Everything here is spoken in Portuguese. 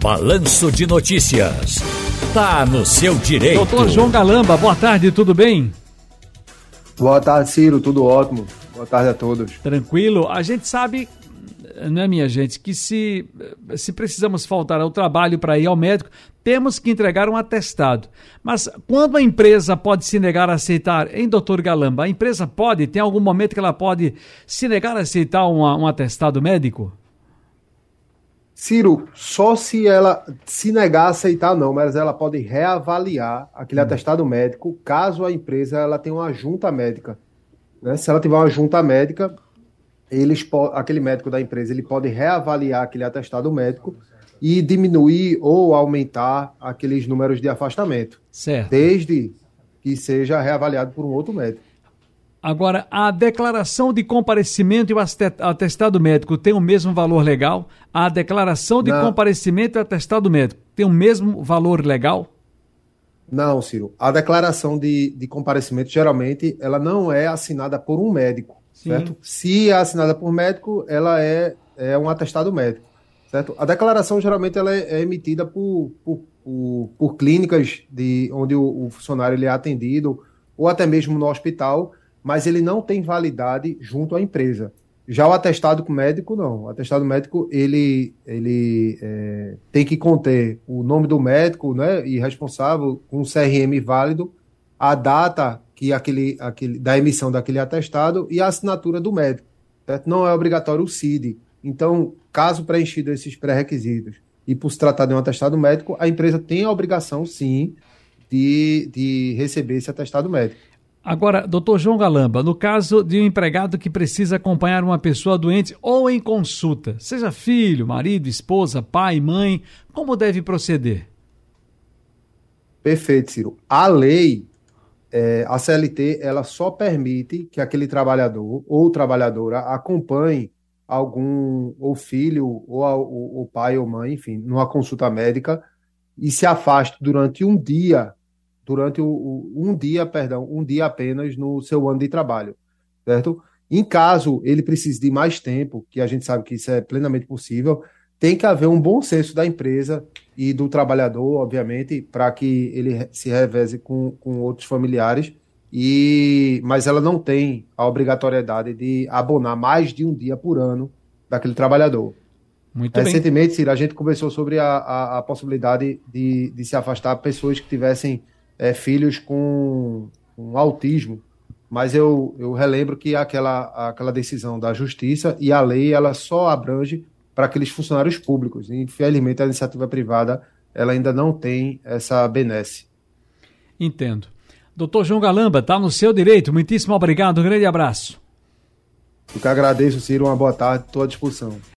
Balanço de Notícias. Tá no seu direito. Doutor João Galamba, boa tarde, tudo bem? Boa tarde, Ciro, tudo ótimo. Boa tarde a todos. Tranquilo. A gente sabe, né, minha gente, que se precisamos faltar ao trabalho para ir ao médico, temos que entregar um atestado. Mas quando a empresa pode se negar a aceitar, hein, doutor Galamba? A empresa pode, tem algum momento que ela pode se negar a aceitar um atestado médico? Ciro, só se ela se negar a aceitar não, mas ela pode reavaliar aquele atestado médico caso a empresa ela tenha uma junta médica, né? Se ela tiver uma junta médica, aquele médico da empresa ele pode reavaliar aquele atestado médico e diminuir ou aumentar aqueles números de afastamento, certo, desde que seja reavaliado por um outro médico. Agora, a declaração de comparecimento e o atestado médico tem o mesmo valor legal? A declaração de comparecimento e o atestado médico tem o mesmo valor legal? Não, Ciro. A declaração de comparecimento, geralmente, ela não é assinada por um médico, certo? Se é assinada por médico, ela é um atestado médico, certo? A declaração, geralmente, ela é emitida por clínicas onde o funcionário ele é atendido, ou até mesmo no hospital, mas ele não tem validade junto à empresa. Já o atestado médico, não. O atestado médico, ele tem que conter o nome do médico, né, e responsável, com um CRM válido, a data da emissão daquele atestado e a assinatura do médico, certo? Não é obrigatório o CID. Então, caso preenchido esses pré-requisitos e por se tratar de um atestado médico, a empresa tem a obrigação, sim, de receber esse atestado médico. Agora, doutor João Galamba, no caso de um empregado que precisa acompanhar uma pessoa doente ou em consulta, seja filho, marido, esposa, pai, mãe, como deve proceder? Perfeito, Ciro. A lei, a CLT, ela só permite que aquele trabalhador ou trabalhadora acompanhe algum, ou filho, ou pai ou mãe, enfim, numa consulta médica e se afaste durante um dia um dia apenas no seu ano de trabalho, certo? Em caso ele precise de mais tempo, que a gente sabe que isso é plenamente possível, tem que haver um bom senso da empresa e do trabalhador, obviamente, para que ele se reveze com outros familiares, mas ela não tem a obrigatoriedade de abonar mais de um dia por ano daquele trabalhador. Muito bem. Recentemente, Ciro, a gente conversou sobre a possibilidade de se afastar pessoas que tivessem filhos com autismo, mas eu relembro que aquela decisão da justiça e a lei ela só abrange para aqueles funcionários públicos. E, infelizmente, a iniciativa privada ela ainda não tem essa benesse. Entendo. Doutor João Galamba, está no seu direito. Muitíssimo obrigado, um grande abraço. Eu que agradeço, Ciro, uma boa tarde, estou à disposição.